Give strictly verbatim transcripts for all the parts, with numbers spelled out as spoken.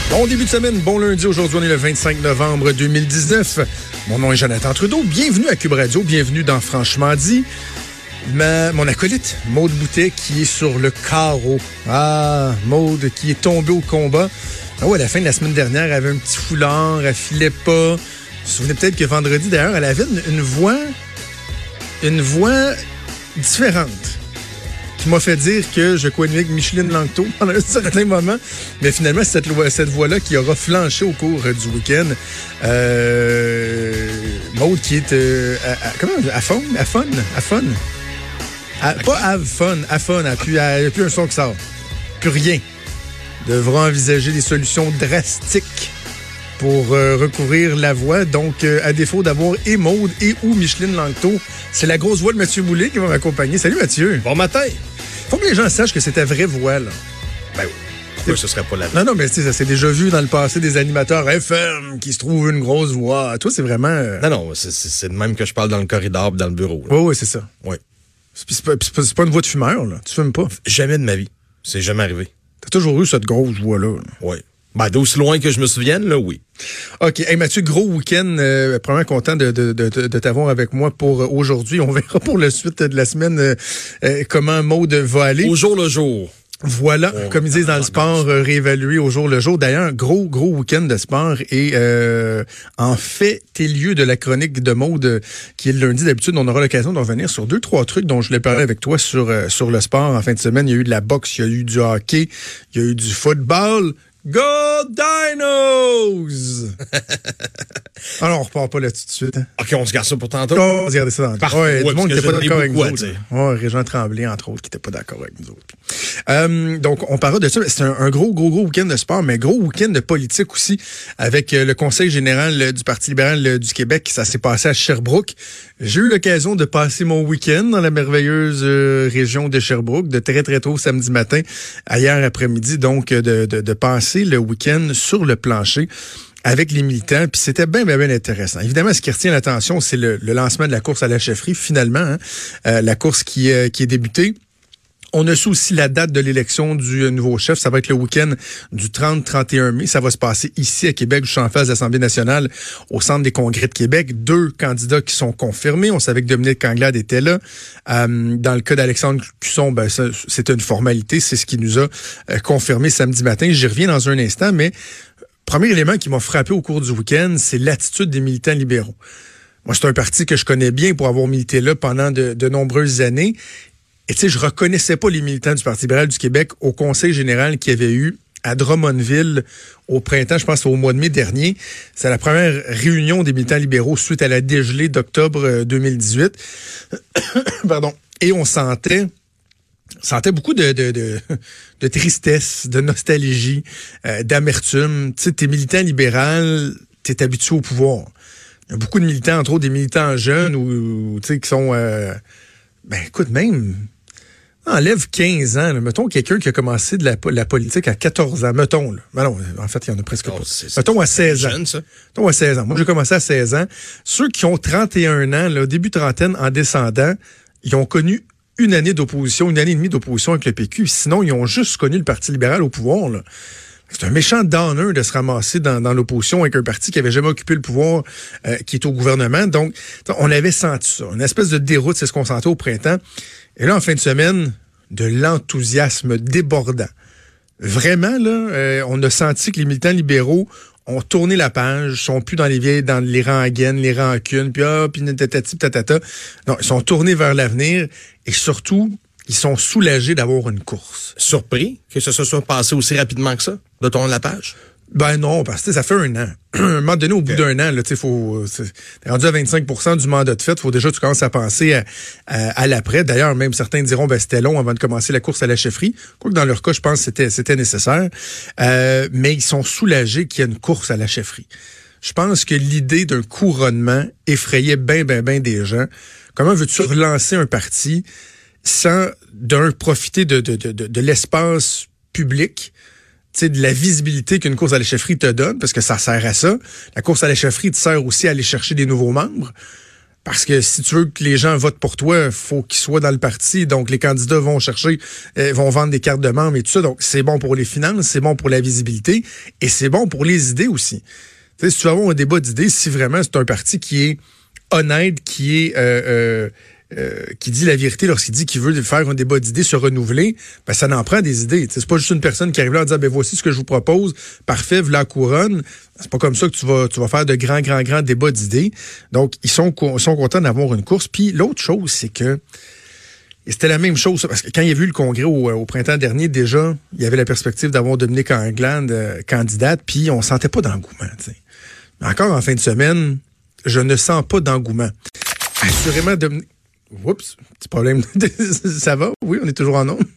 Bon début de semaine, bon lundi. Aujourd'hui, on est le vingt-cinq novembre deux mille dix-neuf. Mon nom est Jonathan Trudeau. Bienvenue à Cube Radio. Bienvenue dans Franchement dit. Ma, mon acolyte, Maude Boutet, qui est sur le carreau. Ah, Maude, qui est tombée au combat. Ah ouais, à la fin de la semaine dernière, elle avait un petit foulard, elle filait pas. Vous vous souvenez peut-être que vendredi, d'ailleurs, elle avait une, une voix, une voix différente, qui m'a fait dire que je coignais avec Micheline Langto pendant un certain moment. Mais finalement, c'est cette, cette voix-là qui aura flanché au cours euh, du week-end. Euh, Maude qui est... Euh, à, à, comment? À fun? À fun? À fun? À, pas have fun. À fun. Il n'y a plus un son qui sort. Plus rien. Devra envisager des solutions drastiques pour euh, recouvrir la voix. Donc, euh, à défaut d'avoir et Maude et ou Micheline Langto, c'est la grosse voix de Mathieu Boulay qui va m'accompagner. Salut Mathieu. Bon matin. Faut que les gens sachent que c'est ta vraie voix, là. Ben oui. Pourquoi ce serait pas la vraie? Non, non, mais tu sais, ça s'est déjà vu dans le passé des animateurs F M qui se trouvent une grosse voix. Toi, c'est vraiment... Euh... Non, non, c'est, c'est, c'est de même que je parle dans le corridor et dans le bureau. Oui, oui, c'est ça. Oui. C'est, c'est, pas, c'est, pas, c'est pas une voix de fumeur, là. Tu fumes pas. Jamais de ma vie. C'est jamais arrivé. T'as toujours eu cette grosse voix-là. Là. Oui. Ben, d'aussi loin que je me souvienne, là, oui. OK. Hey, Mathieu, gros week-end. Euh, vraiment content de, de, de, de t'avoir avec moi pour euh, aujourd'hui. On verra pour la suite de la semaine euh, euh, comment Maude va aller. Au jour le jour. Voilà, oh, comme ils disent dans le sport, euh, réévalué au jour le jour. D'ailleurs, gros, gros week-end de sport. Et euh, en fait, tes lieux de la chronique de Maude, euh, qui est le lundi. D'habitude, on aura l'occasion de revenir sur deux, trois trucs dont je voulais parler avec toi sur, euh, sur le sport. En fin de semaine, il y a eu de la boxe, il y a eu du hockey, il y a eu du football. Go Dinos! Alors, on repart pas là-dessus tout de suite. Hein? OK, on se garde ça pour tantôt. On va regarder ça dans le Parfait. ouais, Ouais, tout le monde qui n'était pas d'accord avec nous autres. Ouais, Régent Tremblay, entre autres, qui n'était pas d'accord avec nous autres. Euh, donc, on parlera de ça. C'est un, un gros, gros, gros week-end de sport, mais gros week-end de politique aussi, avec euh, le Conseil général euh, du Parti libéral euh, du Québec. Ça s'est passé à Sherbrooke. J'ai eu l'occasion de passer mon week-end dans la merveilleuse euh, région de Sherbrooke, de très, très tôt samedi matin à hier après-midi. Donc, de, de, de passer le week-end sur le plancher avec les militants, puis c'était bien, bien, bien intéressant. Évidemment, ce qui retient l'attention, c'est le, le lancement de la course à la chefferie, finalement, hein, euh, la course qui, euh, qui est débutée. On a su aussi la date de l'élection du nouveau chef. Ça va être le week-end du trente trente et un mai. Ça va se passer ici à Québec, je suis en face de l'Assemblée nationale, au Centre des congrès de Québec. Deux candidats qui sont confirmés. On savait que Dominique Anglade était là. Euh, dans le cas d'Alexandre Cusson, ben, ça, c'était une formalité. C'est ce qui nous a euh, confirmé samedi matin. J'y reviens dans un instant, mais premier élément qui m'a frappé au cours du week-end, c'est l'attitude des militants libéraux. Moi, c'est un parti que je connais bien pour avoir milité là pendant de, de nombreuses années. Et tu sais, je reconnaissais pas les militants du Parti libéral du Québec au Conseil général qu'il y avait eu à Drummondville au printemps, je pense au mois de mai dernier. C'est la première réunion des militants libéraux suite à la dégelée d'octobre deux mille dix-huit. Pardon. Et on sentait... On sentait beaucoup de, de, de, de tristesse, de nostalgie, euh, d'amertume. Tu sais, t'es militant libéral, t'es habitué au pouvoir. Il y a beaucoup de militants, entre autres des militants jeunes, ou, ou tu sais, qui sont... Euh, ben écoute, même... Enlève quinze ans. Là. Mettons quelqu'un qui a commencé de la, la politique à quatorze ans. Mettons, là. Ben non, en fait, il y en a presque oh, pas. C'est, Mettons à seize ans. Jeune, ça. Mettons à seize ans. Moi, j'ai commencé à seize ans. Ceux qui ont trente et un ans, là, début trentaine, en descendant, ils ont connu une année d'opposition, une année et demie d'opposition avec le P Q. Sinon, ils ont juste connu le Parti libéral au pouvoir. Là. C'est un méchant downer de se ramasser dans, dans l'opposition avec un parti qui avait jamais occupé le pouvoir, euh, qui est au gouvernement. Donc, on avait senti ça. Une espèce de déroute, c'est ce qu'on sentait au printemps. Et là, en fin de semaine, de l'enthousiasme débordant. Vraiment, là, euh, on a senti que les militants libéraux ont tourné la page, sont plus dans les vieilles, dans les rengaines, les rancunes, puis ah, puis tatati, tatata. Non, ils sont tournés vers l'avenir et surtout, ils sont soulagés d'avoir une course. Surpris que ça se soit passé aussi rapidement que ça, de tourner la page? Ben non, parce que ça fait un an. À un moment donné, au bout okay. d'un an, là, tu sais, faut, t'es rendu à vingt-cinq pour cent du mandat de fait. Faut déjà que tu commences à penser à, à, à l'après. D'ailleurs, même certains diront, ben c'était long avant de commencer la course à la chefferie. Quoique dans leur cas, je pense que c'était, c'était nécessaire. Euh, mais ils sont soulagés qu'il y a une course à la chefferie. Je pense que l'idée d'un couronnement effrayait bien, bien, bien des gens. Comment veux-tu relancer un parti sans, d'un, profiter de, de, de, de, de l'espace public, tu sais, de la visibilité qu'une course à la chefferie te donne, parce que ça sert à ça. La course à la chefferie te sert aussi à aller chercher des nouveaux membres. Parce que si tu veux que les gens votent pour toi, il faut qu'ils soient dans le parti. Donc, les candidats vont chercher, euh, vont vendre des cartes de membres et tout ça. Donc, c'est bon pour les finances, c'est bon pour la visibilité et c'est bon pour les idées aussi. Tu sais, si tu veux avoir un débat d'idées, si vraiment c'est un parti qui est honnête, qui est euh, euh, euh, qui dit la vérité lorsqu'il dit qu'il veut faire un débat d'idées, se renouveler, ben ça en prend des idées. Tu sais, c'est pas juste une personne qui arrive là en disant ben voici ce que je vous propose, parfait, voilà la couronne. C'est pas comme ça que tu vas tu vas faire de grands grands grands débats d'idées. Donc ils sont ils sont contents d'avoir une course. Puis l'autre chose, c'est que et c'était la même chose parce que quand il y a eu le congrès au, au printemps dernier, déjà il y avait la perspective d'avoir Dominique Anglade euh, candidate, puis on sentait pas d'engouement. Tu sais. Mais encore en fin de semaine, je ne sens pas d'engouement. Assurément, Dominique... Oups, petit problème. Ça va? Oui, on est toujours en ondes.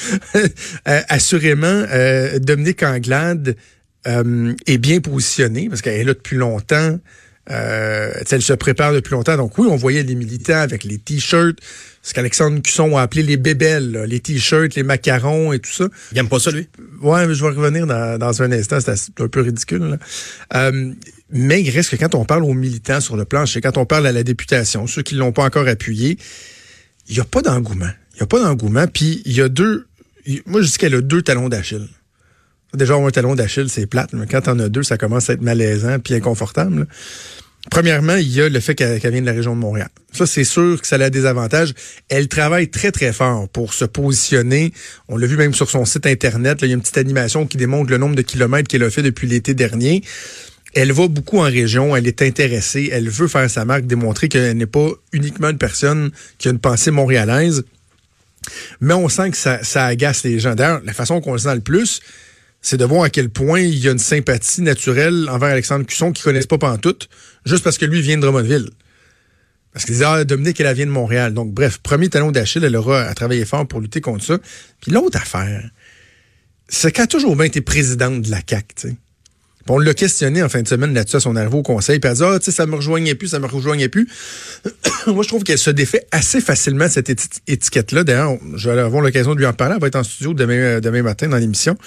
euh, assurément, euh, Dominique Anglade euh, est bien positionnée parce qu'elle est là depuis longtemps. Euh, elle se prépare depuis longtemps. Donc oui, on voyait les militants avec les t-shirts, ce qu'Alexandre Cusson a appelé les bébelles, là, les t-shirts, les macarons et tout ça. Il aime pas ça, lui? Ouais, mais je vais revenir dans, dans un instant. C'est un peu ridicule. Là. Euh, mais il reste que quand on parle aux militants sur le plancher, quand on parle à la députation, ceux qui ne l'ont pas encore appuyé, il n'y a pas d'engouement. Il n'y a pas d'engouement. Puis il y a deux... Moi, je dis qu'elle a deux talons d'Achille. Déjà, avoir un talon d'Achille, c'est plate, mais quand t'en as deux, ça commence à être malaisant puis inconfortable. Là. Premièrement, il y a le fait qu'elle, qu'elle vient de la région de Montréal. Ça, c'est sûr que ça a des avantages. Elle travaille très, très fort pour se positionner. On l'a vu même sur son site Internet. Là, il y a une petite animation qui démontre le nombre de kilomètres qu'elle a fait depuis l'été dernier. Elle va beaucoup en région. Elle est intéressée. Elle veut faire sa marque, démontrer qu'elle n'est pas uniquement une personne qui a une pensée montréalaise. Mais on sent que ça, ça agace les gens. D'ailleurs, la façon qu'on le sent le plus, c'est de voir à quel point il y a une sympathie naturelle envers Alexandre Cusson qu'ils ne connaissent pas pantoute, juste parce que lui vient de Drummondville. Parce qu'ils disent, ah, Dominique, elle vient de Montréal. Donc, bref, premier talon d'Achille, elle aura à travailler fort pour lutter contre ça. Puis l'autre affaire, c'est qu'elle a toujours bien été présidente de la C A Q, tu sais. On l'a questionné en fin de semaine là-dessus à son arrivée au conseil, puis elle a dit, ah, tu sais, ça me rejoignait plus, ça me rejoignait plus. Moi, je trouve qu'elle se défait assez facilement cette éti- étiquette-là. D'ailleurs, je vais avoir l'occasion de lui en parler. Elle va être en studio demain, demain matin dans l'émission.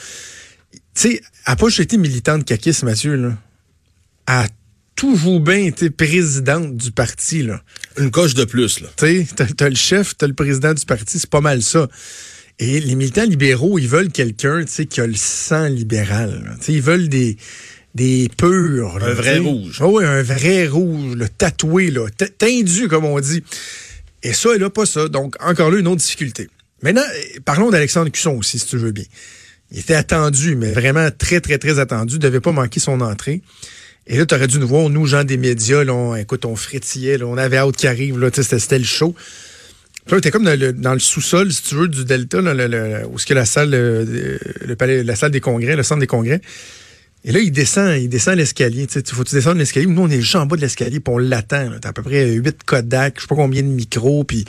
Tu sais, elle n'a pas juste été militante caquiste, Mathieu, là. Elle a toujours bien été présidente du parti, là. Une coche de plus, là. Tu sais, t'as, t'as le chef, t'as le président du parti, c'est pas mal ça. Et les militants libéraux, ils veulent quelqu'un, tu sais, qui a le sang libéral. Tu sais, ils veulent des, des purs. Là, un vrai t'sais. rouge. Oh oui, un vrai rouge, le tatoué, là, t- tendu, comme on dit. Et ça, elle n'a pas ça. Donc, encore là, une autre difficulté. Maintenant, parlons d'Alexandre Cusson aussi, si tu veux bien. Il était attendu, mais vraiment très, très, très attendu. Il ne devait pas manquer son entrée. Et là, tu aurais dû nous voir, nous, gens des médias, là, on, écoute, on frétillait, là, on avait hâte qu'il arrive, là, c'était, c'était le show. Puis là, t'es comme dans le, dans le sous-sol, si tu veux, du Delta, là, le, le, où est-ce que la salle, le, le palais, la salle des congrès, le centre des congrès. Et là, il descend, il descend l'escalier. Tu sais, faut que tu descendes l'escalier. Nous, on est juste en bas de l'escalier, puis on l'attend. T'as à peu près huit Kodak, je sais pas combien de micros, puis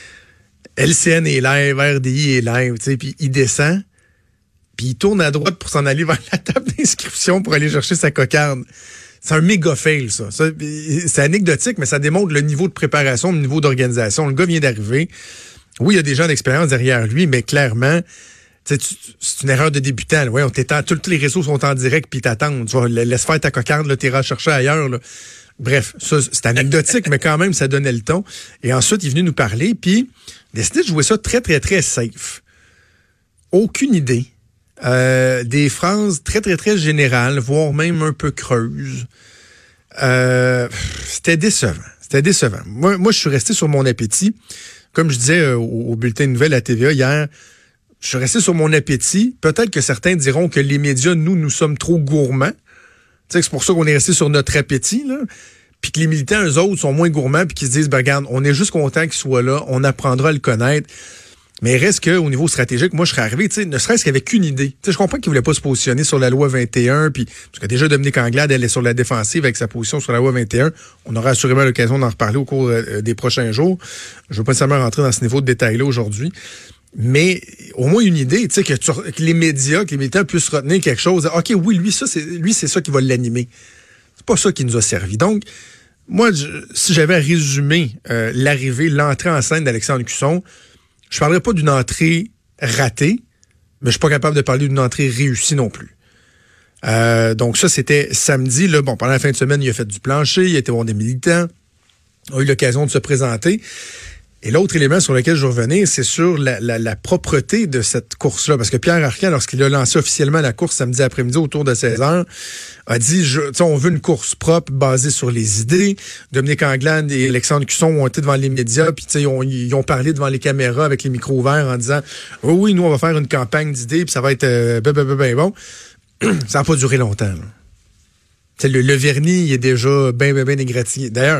L C N est live, R D I est live, tu sais, puis il descend, puis il tourne à droite pour s'en aller vers la table d'inscription pour aller chercher sa cocarde. C'est un méga fail, ça. ça. C'est anecdotique, mais ça démontre le niveau de préparation, le niveau d'organisation. Le gars vient d'arriver. Oui, il y a des gens d'expérience derrière lui, mais clairement, tu, c'est une erreur de débutant. Là. Ouais, on t'étend, tous les réseaux sont en direct, puis t'attendent. Tu vois, laisse faire ta cocarde, là, t'iras chercher ailleurs. Là. Bref, ça, c'est anecdotique, mais quand même, ça donnait le ton. Et ensuite, il est venu nous parler, puis il a décidé de jouer ça très, très, très safe. Aucune idée. Euh, des phrases très, très, très générales, voire même un peu creuses. Euh, c'était décevant. C'était décevant. Moi, moi, je suis resté sur mon appétit. Comme je disais euh, au, au bulletin de nouvelles à T V A hier, je suis resté sur mon appétit. Peut-être que certains diront que les médias, nous, nous sommes trop gourmands. Tu sais, c'est pour ça qu'on est resté sur notre appétit, là. Puis que les militants, eux autres, sont moins gourmands puis qu'ils se disent, ben, regarde, on est juste content qu'il soit là, on apprendra à le connaître. Mais il reste qu'au niveau stratégique, moi, je serais arrivé, tu sais, ne serait-ce qu'avec une idée. Tu sais, je comprends qu'il voulait pas se positionner sur la loi vingt et un, puis parce que déjà, Dominique Anglade, elle est sur la défensive avec sa position sur la loi vingt et un. On aura assurément l'occasion d'en reparler au cours euh, des prochains jours. Je veux pas nécessairement rentrer dans ce niveau de détail-là aujourd'hui. Mais au moins une idée, tu sais, que, tu, que les médias, que les militants puissent retenir quelque chose. OK, oui, lui, ça, c'est, lui, c'est ça qui va l'animer. C'est pas ça qui nous a servi. Donc, moi, je, si j'avais à résumer euh, l'arrivée, l'entrée en scène d'Alexandre Cusson, je parlerai pas d'une entrée ratée, mais je suis pas capable de parler d'une entrée réussie non plus. Euh, donc ça, c'était samedi. Là, bon, pendant la fin de semaine, il a fait du plancher, il a été voir des militants. a eu l'occasion de se présenter. Et l'autre élément sur lequel je veux revenir, c'est sur la, la, la propreté de cette course-là. Parce que Pierre Arcan, lorsqu'il a lancé officiellement la course samedi après-midi autour de seize heures, a dit, je, on veut une course propre basée sur les idées. Dominique Anglade et Alexandre Cusson ont été devant les médias, puis ils ont, ils ont parlé devant les caméras avec les micros ouverts en disant, oh oui, nous, on va faire une campagne d'idées, puis ça va être euh, ben, ben, ben, ben bon. Ça n'a pas duré longtemps. Là. Le, le vernis, il est déjà bien, bien, bien égratigné. D'ailleurs,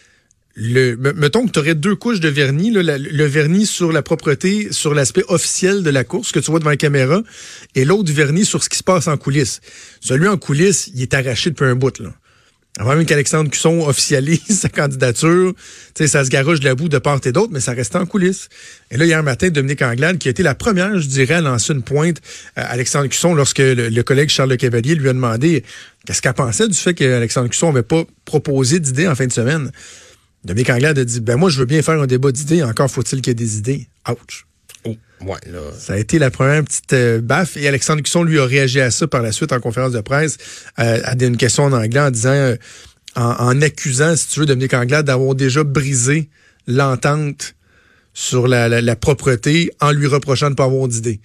Le, mettons que tu aurais deux couches de vernis, là, la, le vernis sur la propreté, sur l'aspect officiel de la course que tu vois devant la caméra, et l'autre vernis sur ce qui se passe en coulisses. Celui en coulisses, il est arraché depuis un bout, là. Avant même qu'Alexandre Cusson officialise sa candidature, ça se garoche de la boue de part et d'autre, mais ça restait en coulisses. Et là, hier matin, Dominique Anglade, qui a été la première, je dirais, à lancer une pointe à Alexandre Cusson lorsque le, le collègue Charles Le Cavalier lui a demandé qu'est-ce qu'elle pensait du fait qu'Alexandre Cusson n'avait pas proposé d'idées en fin de semaine. Dominique Anglade a dit, ben moi, je veux bien faire un débat d'idées, encore faut-il qu'il y ait des idées. Ouch. Oh, ouais, là. Ça a été la première petite euh, baffe. Et Alexandre Cusson, lui, a réagi à ça par la suite en conférence de presse, euh, à une question en anglais, en disant, euh, en, en accusant, si tu veux, Dominique Anglade d'avoir déjà brisé l'entente sur la, la, la propreté en lui reprochant de ne pas avoir d'idées.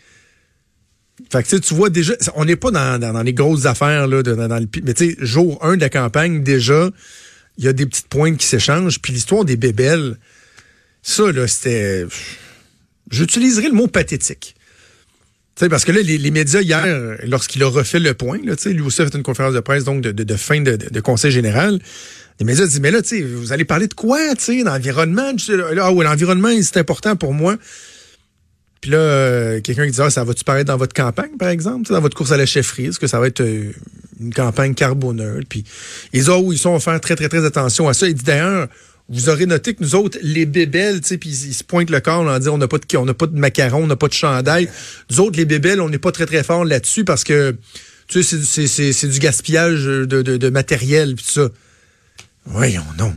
Fait que tu vois déjà, on n'est pas dans, dans, dans les grosses affaires, là, de, dans, dans le, mais tu sais, jour un de la campagne, déjà, il y a des petites pointes qui s'échangent. Puis l'histoire des bébelles, ça, là, c'était... J'utiliserais le mot pathétique. Tu sais, parce que là, les, les médias, hier, lorsqu'il a refait le point, là, tu sais, lui aussi a fait une conférence de presse, donc, de, de, de fin de, de, de conseil général. Les médias disent, mais là, tu sais, vous allez parler de quoi, tu sais, l'environnement? Ah oui, l'environnement, c'est important pour moi. Puis là, euh, quelqu'un qui dit, ah, ça va-tu paraître dans votre campagne, par exemple, dans votre course à la chefferie? Est-ce que ça va être euh, une campagne carboneutre? Puis ils disent, ah oui, ils sont à faire très, très, très attention à ça. Il dit, d'ailleurs, vous aurez noté que nous autres, les bébelles, tu sais, puis ils, ils se pointent le corps en disant, on n'a pas de, on n'a pas de macarons, on n'a pas de chandail. Nous autres, les bébelles, on n'est pas très, très fort là-dessus parce que, tu sais, c'est, c'est, c'est, c'est du gaspillage de, de, de matériel, puis tout ça. Voyons, non.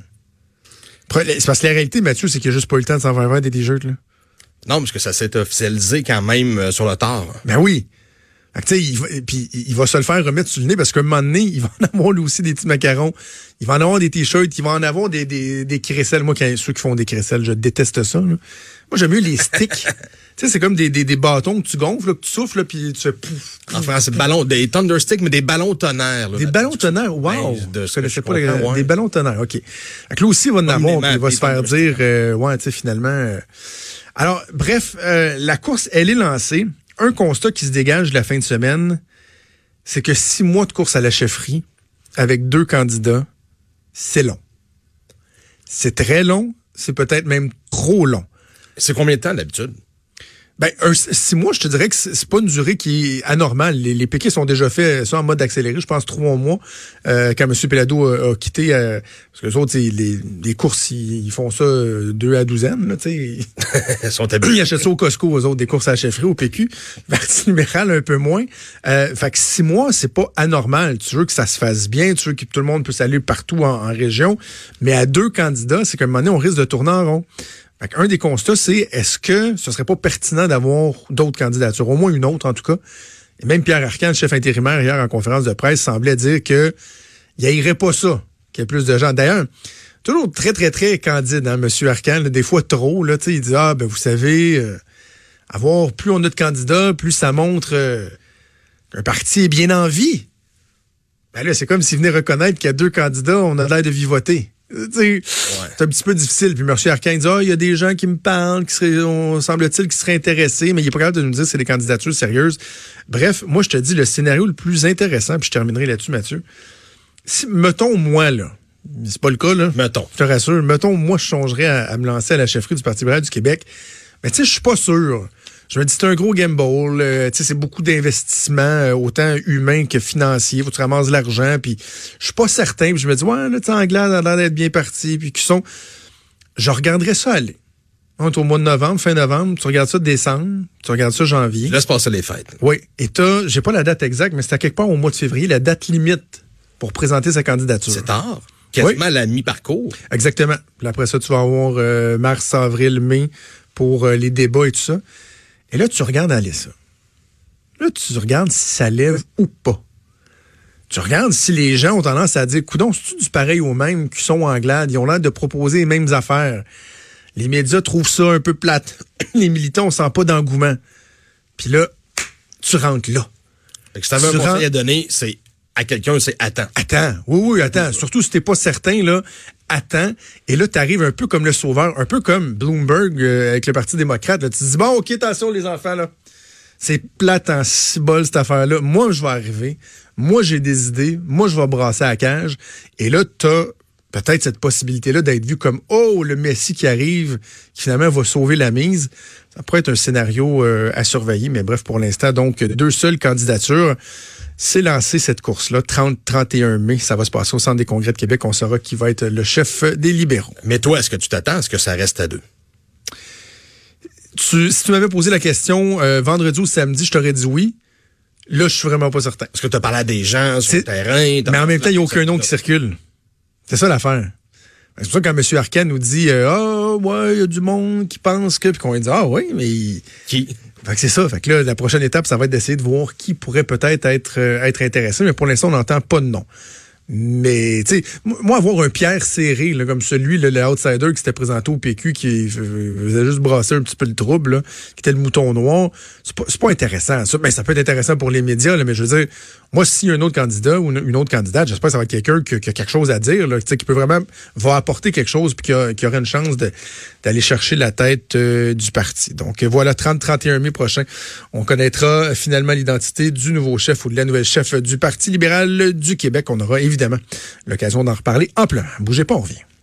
C'est parce que la réalité, Mathieu, c'est qu'il n'y a juste pas eu le temps de s'en faire vendre des t-shirts, là. Non, parce que ça s'est officialisé quand même euh, sur le tard. Ben oui. Fait que, tu sais, il va, puis il va se le faire remettre sur le nez parce qu'à un moment donné, il va en avoir lui aussi des petits macarons. Il va en avoir des t-shirts, il va en avoir des, des, des crécelles. Moi, quand, ceux qui font des crécelles, je déteste ça, là. Moi, j'aime mieux les sticks. Tu sais, c'est comme des, des, des bâtons que tu gonfles, là, que tu souffles, là, puis tu fais pouf. En France, c'est ballon, des thunder sticks, mais des ballons tonnerres. Là, des là, ballons tonnerres, wow! Ben, de je connaissais pas les, ouais. Des ballons tonnerres, OK. Fait que là aussi, il va en avoir, puis il va se faire dire, euh, ouais, tu sais, finalement... Euh... Alors, bref, euh, la course, elle est lancée. Un constat qui se dégage de la fin de semaine, c'est que six mois de course à la chefferie avec deux candidats, c'est long. C'est très long, c'est peut-être même trop long. C'est combien de temps d'habitude? Ben, un, six mois, je te dirais que c'est, c'est pas une durée qui est anormale. Les, les piquets sont déjà faits, ça en mode accéléré, je pense trois mois, euh, quand M. Pelado a, a quitté, euh, parce que les autres, les, les courses, ils, ils font ça deux à douzaine, là, tu sais. Ils sont habitués. Ils achètent ça au Costco, aux autres, des courses à la chefferie, au P Q. Parti numéral, un peu moins. Euh, fait que six mois, c'est pas anormal. Tu veux que ça se fasse bien, tu veux que tout le monde puisse aller partout en, en région. Mais à deux candidats, c'est qu'à un moment donné, on risque de tourner en rond. Fait un des constats, c'est est-ce que ce serait pas pertinent d'avoir d'autres candidatures, au moins une autre en tout cas. Et même Pierre Arcan, le chef intérimaire, hier en conférence de presse, semblait dire que il irait pas ça, qu'il y ait plus de gens. D'ailleurs, toujours très, très, très candide, hein, M. Arcan, là, des fois trop, là, tu sais, il dit, ah, ben, vous savez, euh, avoir plus on a de candidats, plus ça montre euh, qu'un parti est bien en vie. Ben là, c'est comme s'il venait reconnaître qu'il y a deux candidats, on a l'air de vivoter. Ouais. C'est un petit peu difficile. Puis M. Arcan dit, ah, il y a des gens qui me parlent, qui seraient, on, semble-t-il, qui seraient intéressés, mais il n'est pas capable de nous dire si c'est des candidatures sérieuses. Bref, moi, je te dis, le scénario le plus intéressant, puis je terminerai là-dessus, Mathieu. Si, mettons, moi, là, c'est pas le cas, là. Mettons. Je te rassure. Mettons, moi, je songerais à, à me lancer à la chefferie du Parti libéral du Québec. Mais tu sais, je suis pas sûr. Je me dis, c'est un gros gamble. Euh, tu sais, c'est beaucoup d'investissements, euh, autant humains que financiers. Faut que tu ramasses de l'argent. Puis, je suis pas certain. Puis, je me dis, ouais, là, tu sais, Anglade a l'air d'être bien parti. Puis, qui sont. Je regarderais ça aller. On est au mois de novembre, fin novembre. Tu regardes ça décembre. Tu regardes ça janvier. Laisse passer les fêtes. Oui. Et t'as, j'ai pas la date exacte, mais c'est à quelque part au mois de février, la date limite pour présenter sa candidature. C'est tard. Quasiment oui. à la mi-parcours. Exactement. Puis après ça, tu vas avoir euh, mars, avril, mai pour euh, les débats et tout ça. Et là, tu regardes aller ça. Là, tu regardes si ça lève ou pas. tu regardes si les gens ont tendance à dire, coudonc, c'est-tu du pareil au même, qui sont en glade, ils ont l'air de proposer les mêmes affaires. Les médias trouvent ça un peu plate. Les militants, on sent pas d'engouement. Puis là, tu rentres là. Fait que si t'avais un conseil rentres... à donner, c'est à quelqu'un, c'est attends. Attends. Oui, oui, attends. Surtout si t'es pas certain, là, attends. Et là, t'arrives un peu comme le sauveur, un peu comme Bloomberg euh, avec le Parti démocrate. Là. Tu te dis, bon, OK, attention les enfants, là. C'est plate en cibole, cette affaire-là. Moi, je vais arriver. Moi, j'ai des idées. Moi, je vais brasser à la cage. Et là, t'as peut-être cette possibilité-là d'être vu comme, oh, le Messie qui arrive, qui finalement va sauver la mise. Ça pourrait être un scénario euh, à surveiller. Mais bref, pour l'instant, donc, deux seules candidatures. C'est lancé cette course-là, trente trente et un mai. Ça va se passer au Centre des congrès de Québec. On saura qui va être le chef des libéraux. Mais toi, est-ce que tu t'attends à ce que ça reste à deux? Tu, si tu m'avais posé la question euh, vendredi ou samedi, je t'aurais dit oui. Là, je suis vraiment pas certain. Est-ce que tu as parlé à des gens sur le terrain? Mais en même temps, il n'y a aucun nom qui circule. C'est ça l'affaire. C'est pour ça que quand M. Arcand nous dit « Ah, oh, ouais, il y a du monde qui pense que... » puis qu'on lui dit « Ah oui, mais... » Qui? Fait que c'est ça. Fait que là, la prochaine étape, ça va être d'essayer de voir qui pourrait peut-être être, euh, être intéressé. Mais pour l'instant, on n'entend pas de nom. Mais, tu sais, moi, avoir un Pierre Serré, là, comme celui, là, le outsider qui s'était présenté au P Q, qui faisait juste brasser un petit peu le trouble, là, qui était le mouton noir, c'est pas, c'est pas intéressant. Ça, ben, ça peut être intéressant pour les médias, là, mais je veux dire, moi, s'il y a un autre candidat ou une, une autre candidate, j'espère que ça va être quelqu'un qui, qui a quelque chose à dire, là, qui peut vraiment va apporter quelque chose puis qui, a, qui aura une chance de, d'aller chercher la tête euh, du parti. Donc, voilà, trente trente et un mai prochain, on connaîtra finalement l'identité du nouveau chef ou de la nouvelle chef du Parti libéral du Québec. On aura évidemment l'occasion d'en reparler amplement. Bougez pas, on revient.